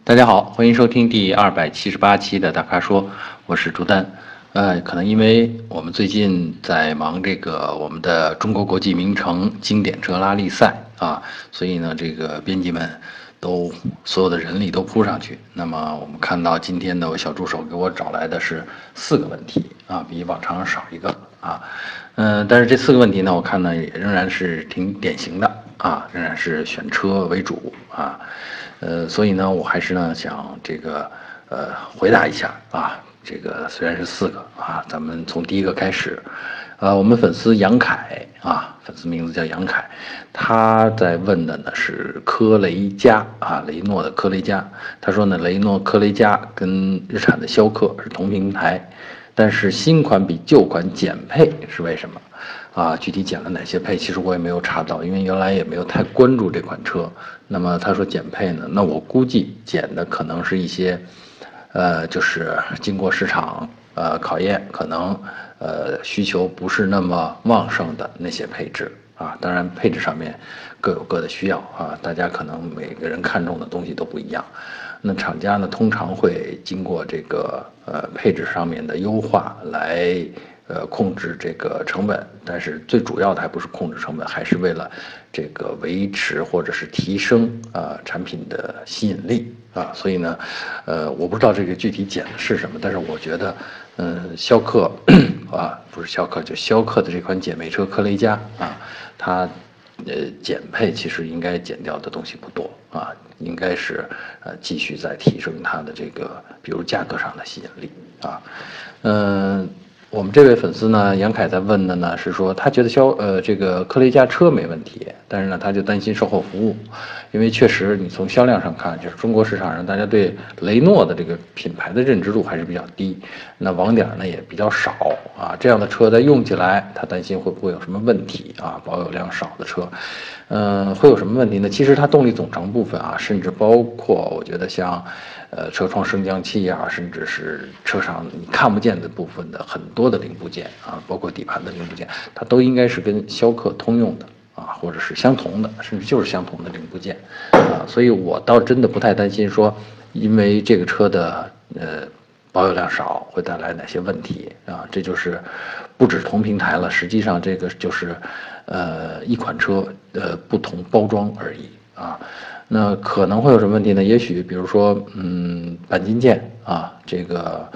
大家好，欢迎收听第278期的大咖说，我是朱丹。可能因为我们最近在忙这个我们的中国国际名城经典车拉力赛啊，所以呢，这个编辑们所有的人力都扑上去。那么我们看到今天的我小助手给我找来的是4个问题啊，比往常少一个啊。但是这4个问题呢，我看呢也仍然是挺典型的啊，仍然是选车为主啊。所以呢，我还是呢想这个回答一下啊，这个虽然是4个啊，咱们从第一个开始。我们粉丝杨凯啊，粉丝名字叫杨凯，他在问的呢是科雷嘉啊，雷诺的科雷嘉。他说呢，雷诺科雷嘉跟日产的逍客是同平台，但是新款比旧款减配是为什么？啊，具体减了哪些配，其实我也没有查到，因为原来也没有太关注这款车。那么他说减配呢，那我估计减的可能是一些，就是经过市场考验，可能需求不是那么旺盛的那些配置啊。当然配置上面各有各的需要啊，大家可能每个人看重的东西都不一样。那厂家呢，通常会经过这个配置上面的优化来控制这个成本，但是最主要的还不是控制成本，还是为了这个维持或者是提升产品的吸引力啊。所以呢，我不知道这个具体减的是什么，但是我觉得，逍客啊，不是逍客，就逍客的这款姐妹车科雷嘉啊，它减配其实应该减掉的东西不多啊，应该是继续在提升它的这个，比如价格上的吸引力啊。我们这位粉丝呢，杨凯在问的呢是说，他觉得这个科雷嘉车没问题，但是呢，他就担心售后服务，因为确实你从销量上看，就是中国市场上大家对雷诺的这个品牌的认知度还是比较低，那网点呢也比较少啊，这样的车在用起来，他担心会不会有什么问题啊？保有量少的车，会有什么问题呢？其实它动力总成部分啊，甚至包括我觉得像，车窗升降器啊，甚至是车上你看不见的部分的很多的零部件啊，包括底盘的零部件，它都应该是跟逍客通用的啊，或者是相同的，甚至就是相同的零部件啊，所以我倒真的不太担心说，因为这个车的保有量少会带来哪些问题啊？这就是不止同平台了，实际上这个就是一款车不同包装而已啊。那可能会有什么问题呢？也许比如说钣金件啊，这个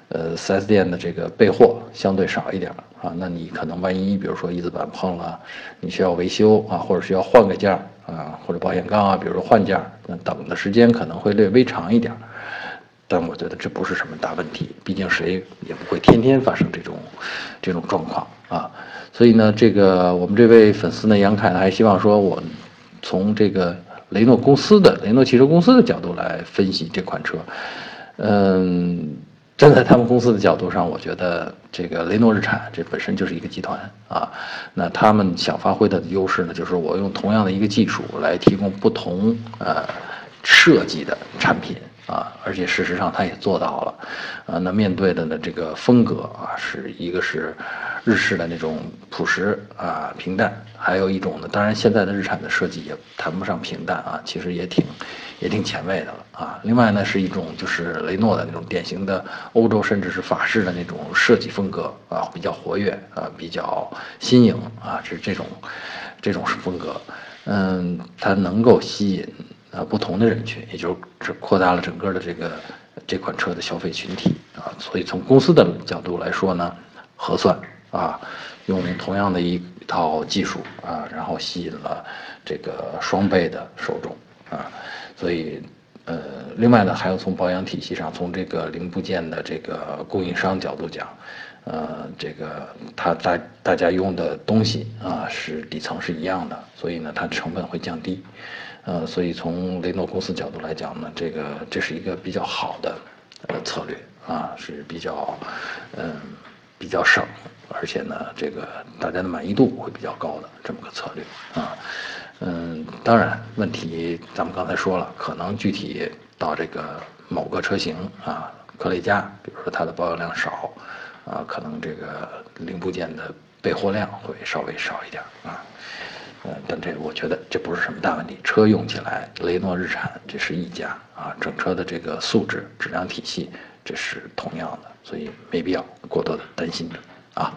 4S 店的这个备货相对少一点啊，那你可能万一比如说翼子板碰了，你需要维修啊，或者需要换个件啊，或者保险杠啊，比如说换件，那等的时间可能会略微长一点。但我觉得这不是什么大问题，毕竟谁也不会天天发生这种状况啊。所以呢，这个我们这位粉丝呢，杨凯呢，还希望说我从这个雷诺汽车公司的角度来分析这款车。站在他们公司的角度上，我觉得这个雷诺日产这本身就是一个集团啊，那他们想发挥的优势呢，就是我用同样的一个技术来提供不同设计的产品啊，而且事实上它也做到了，那面对的呢这个风格啊，是一个是日式的那种朴实啊平淡，还有一种呢，当然现在的日产的设计也谈不上平淡啊，其实也挺前卫的了啊。另外呢是一种就是雷诺的那种典型的欧洲甚至是法式的那种设计风格啊，比较活跃啊，比较新颖啊，是这种风格，它能够吸引不同的人群，也就是扩大了整个的这款车的消费群体啊，所以从公司的角度来说呢，合算啊，用同样的一套技术啊，然后吸引了这个双倍的受众啊，所以另外呢，还要从保养体系上，从这个零部件的这个供应商角度讲，这个大家用的东西啊是底层是一样的，所以呢它成本会降低，所以从雷诺公司角度来讲呢，这是一个比较好的策略啊，是比较省，而且呢这个大家的满意度会比较高的这么个策略啊。当然，问题咱们刚才说了，可能具体到这个某个车型啊，科雷嘉，比如说它的保有量少，啊，可能这个零部件的备货量会稍微少一点啊。 但这我觉得这不是什么大问题，车用起来，雷诺、日产这是一家啊，整车的这个素质、质量体系这是同样的，所以没必要过多的担心啊。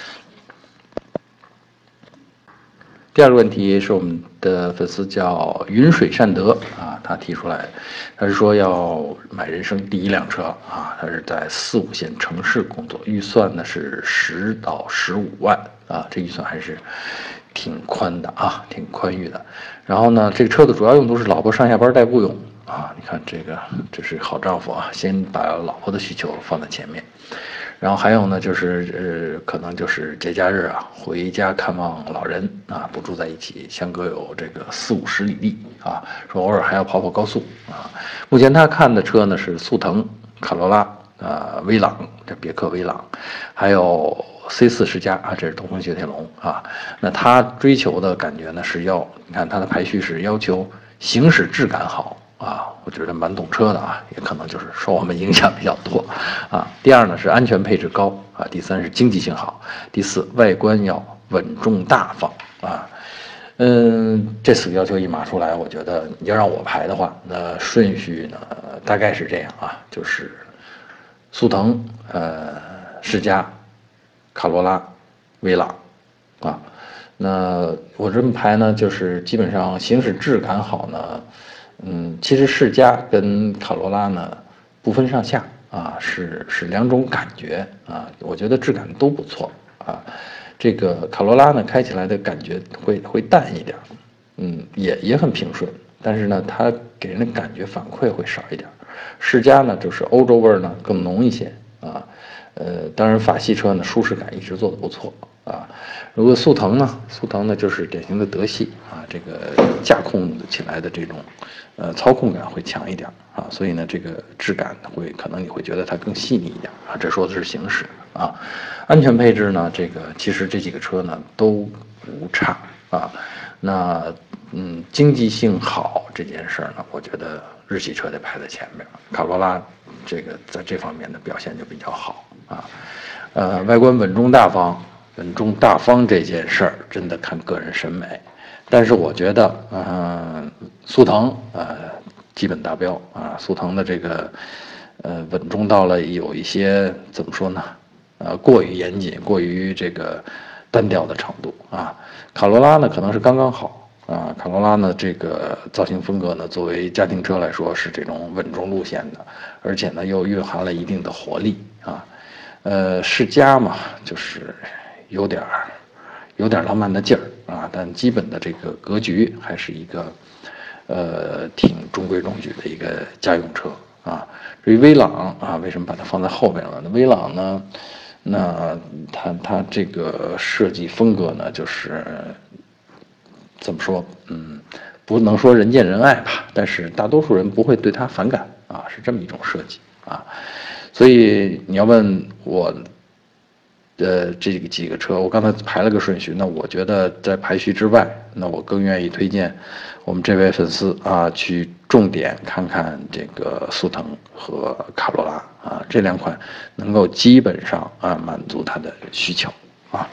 第二个问题是我们的粉丝叫云水善德啊，他提出来，他是说要买人生第一辆车啊，他是在4、5线城市工作，预算呢是10到15万啊，这预算还是挺宽的啊，挺宽裕的。然后呢，这个车的主要用途是老婆上下班代步用啊，你看这是好丈夫啊，先把老婆的需求放在前面。然后还有呢，就是可能就是节假日啊，回家看望老人啊，不住在一起，相隔有这个40、50里地啊，说偶尔还要跑跑高速啊。目前他看的车呢是速腾、卡罗拉威朗，这别克威朗，还有 C4世嘉啊，这是东风雪铁龙啊。那他追求的感觉呢是你看他的排序是要求行驶质感好。啊，我觉得蛮懂车的啊，也可能就是受我们影响比较多啊。第二呢是安全配置高啊，第三是经济性好，第四外观要稳重大方啊。这4个要求一码出来，我觉得你要让我排的话，那顺序呢大概是这样啊，就是速腾、世嘉、卡罗拉、威朗啊。那我这么排呢，就是基本上行驶质感好呢。其实世嘉跟卡罗拉呢不分上下啊，是2种感觉啊，我觉得质感都不错啊。这个卡罗拉呢开起来的感觉会淡一点，也很平顺，但是呢它给人的感觉反馈会少一点。世嘉呢就是欧洲味儿呢更浓一些啊，当然法系车呢舒适感一直做得不错啊。如果速腾呢就是典型的德系啊，这个驾控起来的这种操控感会强一点啊，所以呢这个质感可能你会觉得它更细腻一点啊。这说的是行驶啊，安全配置呢，其实这几个车呢都不差啊。那经济性好这件事儿呢，我觉得日系车得排在前面，卡罗拉这个在这方面的表现就比较好啊。外观稳重大方。稳重大方这件事儿真的看个人审美，但是我觉得，速腾基本达标啊，速腾的这个稳重到了有一些怎么说呢，过于严谨，过于这个单调的程度啊。卡罗拉呢可能是刚刚好啊，卡罗拉呢这个造型风格呢作为家庭车来说是这种稳重路线的，而且呢又蕴含了一定的活力啊。世嘉嘛就是有点浪漫的劲儿啊，但基本的这个格局还是一个挺中规中矩的一个家用车啊。至于威朗啊，为什么把它放在后边了呢？威朗呢，那它这个设计风格呢，就是怎么说，不能说人见人爱吧，但是大多数人不会对它反感啊，是这么一种设计啊。所以你要问我。这几个车，我刚才排了个顺序，那我觉得在排序之外，那我更愿意推荐我们这位粉丝啊，去重点看看这个速腾和卡罗拉啊，这2款能够基本上满足他的需求啊。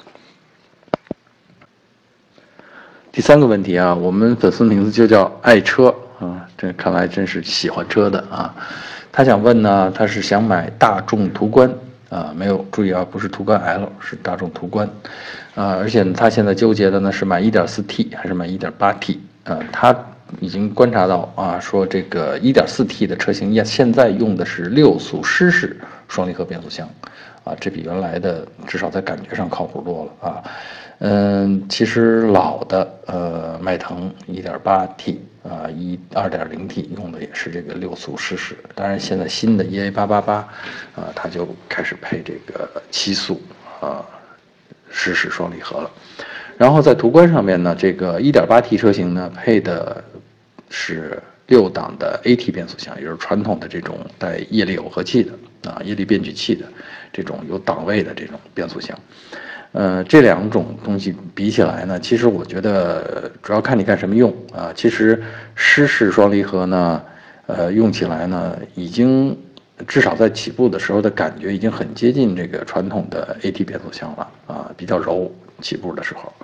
第3个问题啊，我们粉丝名字就叫爱车啊，这看来真是喜欢车的啊。他想问呢，他是想买大众途观。没有注意啊，不是途观 L， 是大众途观，而且他现在纠结的呢是买 1.4T 还是买 1.8T 他已经观察到啊，说这个 1.4T 的车型现在用的是6速湿式双离合变速箱，这比原来的至少在感觉上靠谱多了啊。其实老的迈腾 1.8T 2.0T 用的也是这个6速湿式，当然现在新的 EA888它就开始配这个7速湿式双离合了。然后在途观上面呢，这个 1.8T 车型呢配的是6档的 AT 变速箱，也就是传统的这种带液力耦合器的液力变矩器的这种有档位的这种变速箱。这2种东西比起来呢，其实我觉得主要看你干什么用啊。其实湿式双离合呢，用起来呢，已经至少在起步的时候的感觉已经很接近这个传统的 AT 变速箱了啊，比较柔，起步的时候。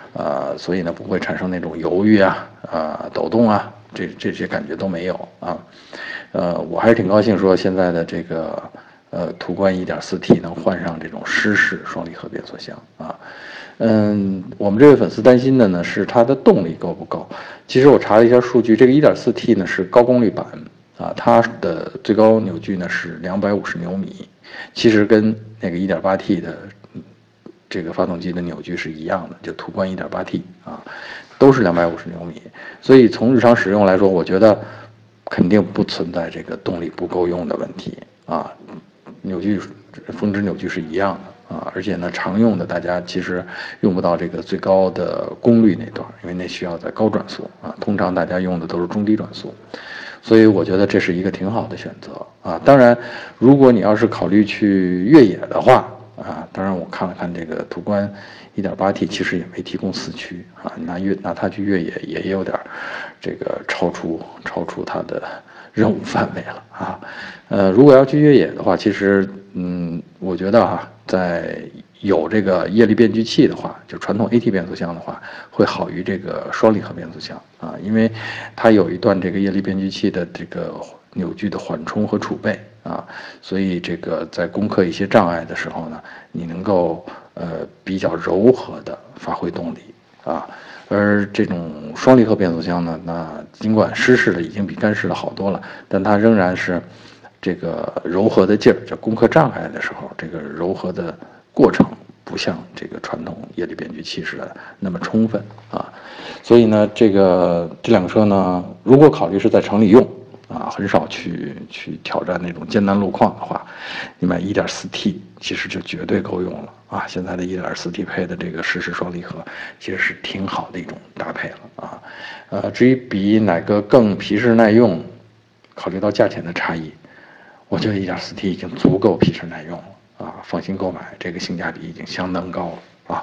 所以呢不会产生那种犹豫抖动这些感觉都没有我还是挺高兴说现在的这个途观 1.4T 能换上这种湿式双离合变速箱我们这位粉丝担心的呢是它的动力够不够。其实我查了一下数据，这个 1.4T 呢是高功率版它的最高扭矩呢是250牛米，其实跟那个 1.8T 的这个发动机的扭矩是一样的，就途观 1.8T 都是250牛米，所以从日常使用来说，我觉得肯定不存在这个动力不够用的问题扭矩峰值扭矩是一样的而且呢，常用的大家其实用不到这个最高的功率那段，因为那需要在高转速通常大家用的都是中低转速，所以我觉得这是一个挺好的选择当然，如果你要是考虑去越野的话当然我看了看这个途观 1.8T 其实也没提供四驱拿它去越野也有点这个超出它的任务范围了如果要去越野的话，其实我觉得在有这个液力变矩器的话，就传统 AT 变速箱的话，会好于这个双离合变速箱因为它有一段这个液力变矩器的这个扭矩的缓冲和储备所以这个在攻克一些障碍的时候呢，你能够比较柔和的发挥动力而这种双离合变速箱呢，那尽管湿式的已经比干式的好多了，但它仍然是这个柔和的劲儿，就攻克障碍的时候，这个柔和的过程不像这个传统液力变矩器似的那么充分所以呢，这两个车呢，如果考虑是在城里用很少去挑战那种艰难路况的话，你买 1.4T 其实就绝对够用了现在的 1.4T 配的这个湿式双离合其实是挺好的一种搭配了至于比哪个更皮实耐用，考虑到价钱的差异，我觉得 1.4T 已经足够皮实耐用了放心购买，这个性价比已经相当高了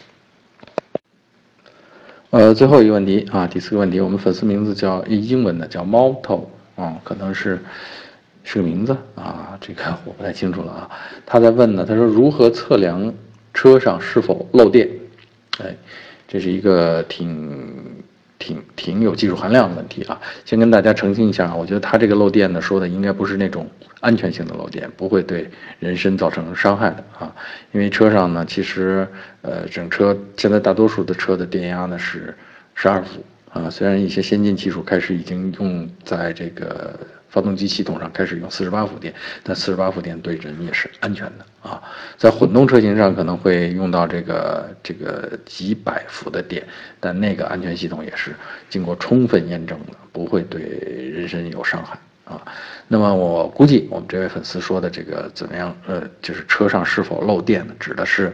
最后一个问题第四个问题，我们粉丝名字叫英文的叫猫头可能是个名字这个我不太清楚了他在问呢，他说如何测量车上是否漏电？这是一个挺有技术含量的问题先跟大家澄清一下我觉得他这个漏电呢说的应该不是那种安全性的漏电，不会对人身造成伤害的因为车上呢其实整车现在大多数的车的电压呢是12伏虽然一些先进技术开始已经用在这个发动机系统上开始用48伏电，但48伏电对人也是安全的在混动车型上可能会用到这个几百伏的电，但那个安全系统也是经过充分验证的，不会对人身有伤害那么我估计我们这位粉丝说的这个怎么样就是车上是否漏电呢，指的是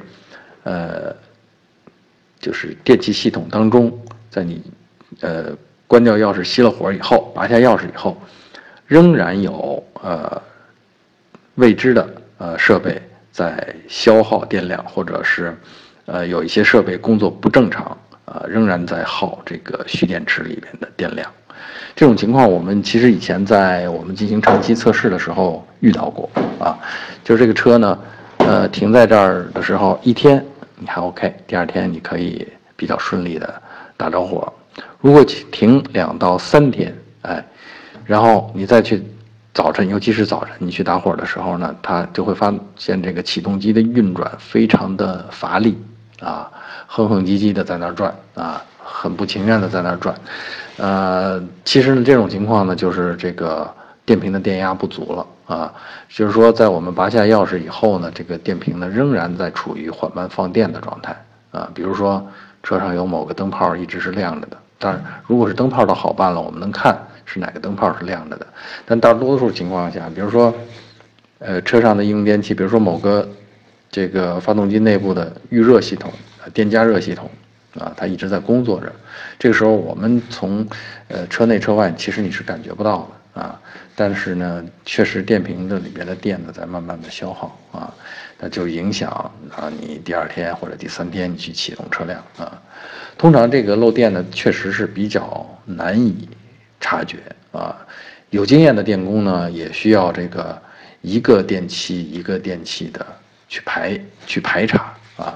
就是电气系统当中，在你关掉钥匙熄了火以后，拔下钥匙以后，仍然有未知的设备在消耗电量，或者是有一些设备工作不正常仍然在耗这个蓄电池里边的电量。这种情况我们其实以前在我们进行长期测试的时候遇到过就是这个车呢停在这儿的时候一天你还 OK， 第二天你可以比较顺利的打着火。如果停2到3天然后你再去早晨，尤其是早晨你去打火的时候呢，它就会发现这个启动机的运转非常的乏力哼哼唧唧的在那儿转很不情愿的在那儿转其实呢这种情况呢就是这个电瓶的电压不足了就是说在我们拔下钥匙以后呢，这个电瓶呢仍然在处于缓慢放电的状态比如说车上有某个灯泡一直是亮着的，当然如果是灯泡倒好办了，我们能看是哪个灯泡是亮着的，但大多数情况下，比如说车上的应用电器，比如说某个这个发动机内部的预热系统电加热系统它一直在工作着，这个时候我们从车内车外其实你是感觉不到的但是呢确实电瓶的里边的电呢在慢慢的消耗那就影响你第2天或者第3天你去启动车辆通常这个漏电呢确实是比较难以察觉有经验的电工呢也需要这个一个电器一个电器的去排查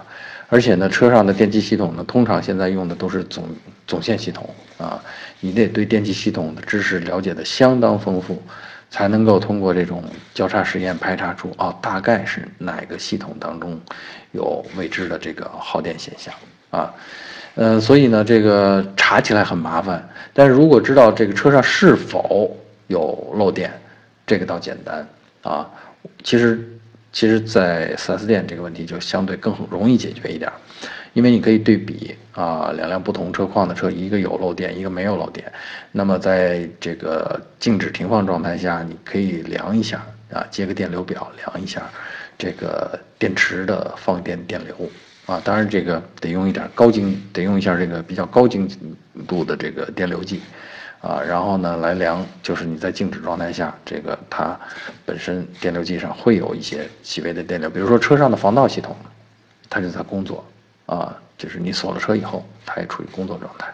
而且呢，车上的电气系统呢，通常现在用的都是总线系统啊，你得对电气系统的知识了解的相当丰富，才能够通过这种交叉实验排查出大概是哪个系统当中有未知的这个耗电现象啊。所以呢，这个查起来很麻烦，但是如果知道这个车上是否有漏电，这个倒简单啊。其实，在 4S 店这个问题就相对更容易解决一点，因为你可以对比两辆不同车况的车，一个有漏电，一个没有漏电。那么在这个静止停放状态下，你可以量一下接个电流表量一下这个电池的放电电流当然这个得用一下这个比较高精度的这个电流计。然后呢，来量，就是你在静止状态下，这个它本身电流计上会有一些细微的电流，比如说车上的防盗系统，它就在工作就是你锁了车以后，它也处于工作状态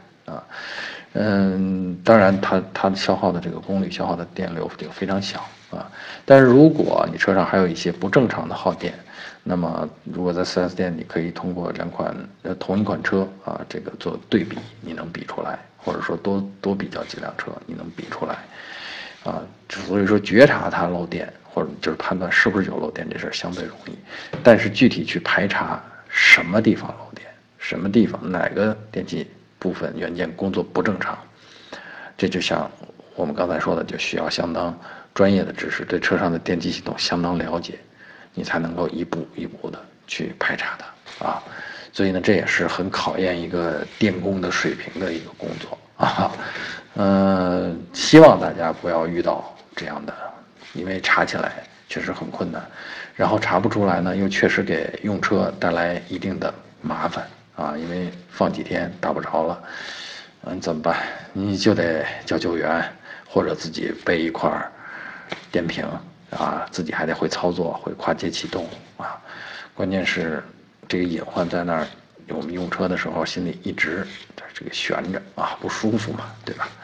当然它消耗的这个功率、消耗的电流就非常小但是如果你车上还有一些不正常的耗电，那么如果在 4S 店，你可以通过同一款车这个做对比，你能比出来，或者说多比较几辆车，你能比出来所以说觉察它漏电，或者就是判断是不是有漏电这事儿相对容易，但是具体去排查什么地方漏电，什么地方哪个电气部分元件工作不正常，这就像我们刚才说的，就需要相当专业的知识，对车上的电气系统相当了解，你才能够一步一步的去排查它所以呢，这也是很考验一个电工的水平的一个工作希望大家不要遇到这样的，因为查起来确实很困难，然后查不出来呢，又确实给用车带来一定的麻烦因为放几天打不着了，怎么办？你就得叫救援，或者自己备一块电瓶自己还得会操作，会跨界启动关键是这个隐患在那儿，我们用车的时候心里一直这个悬着不舒服嘛，对吧？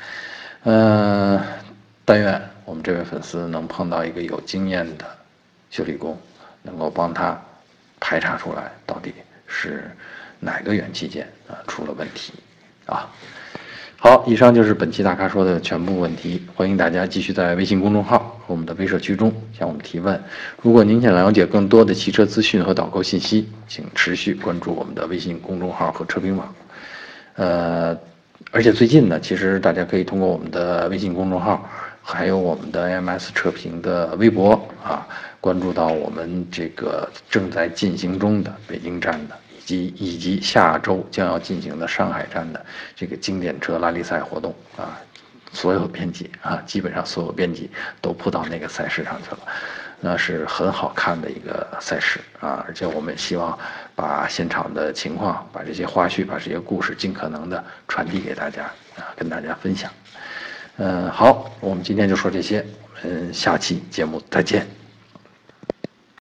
但愿我们这位粉丝能碰到一个有经验的修理工，能够帮他排查出来到底是哪个元器件出了问题好，以上就是本期大咖说的全部问题，欢迎大家继续在微信公众号和我们的微社区中向我们提问。如果您想了解更多的汽车资讯和导购信息，请持续关注我们的微信公众号和车评网。而且最近呢，其实大家可以通过我们的微信公众号，还有我们的 AMS 车评的微博关注到我们这个正在进行中的北京站的。以及下周将要进行的上海站的这个经典车拉力赛活动所有编辑基本上所有编辑都扑到那个赛事上去了，那是很好看的一个赛事而且我们希望把现场的情况、把这些花絮、把这些故事尽可能的传递给大家跟大家分享。好，我们今天就说这些，我们下期节目再见。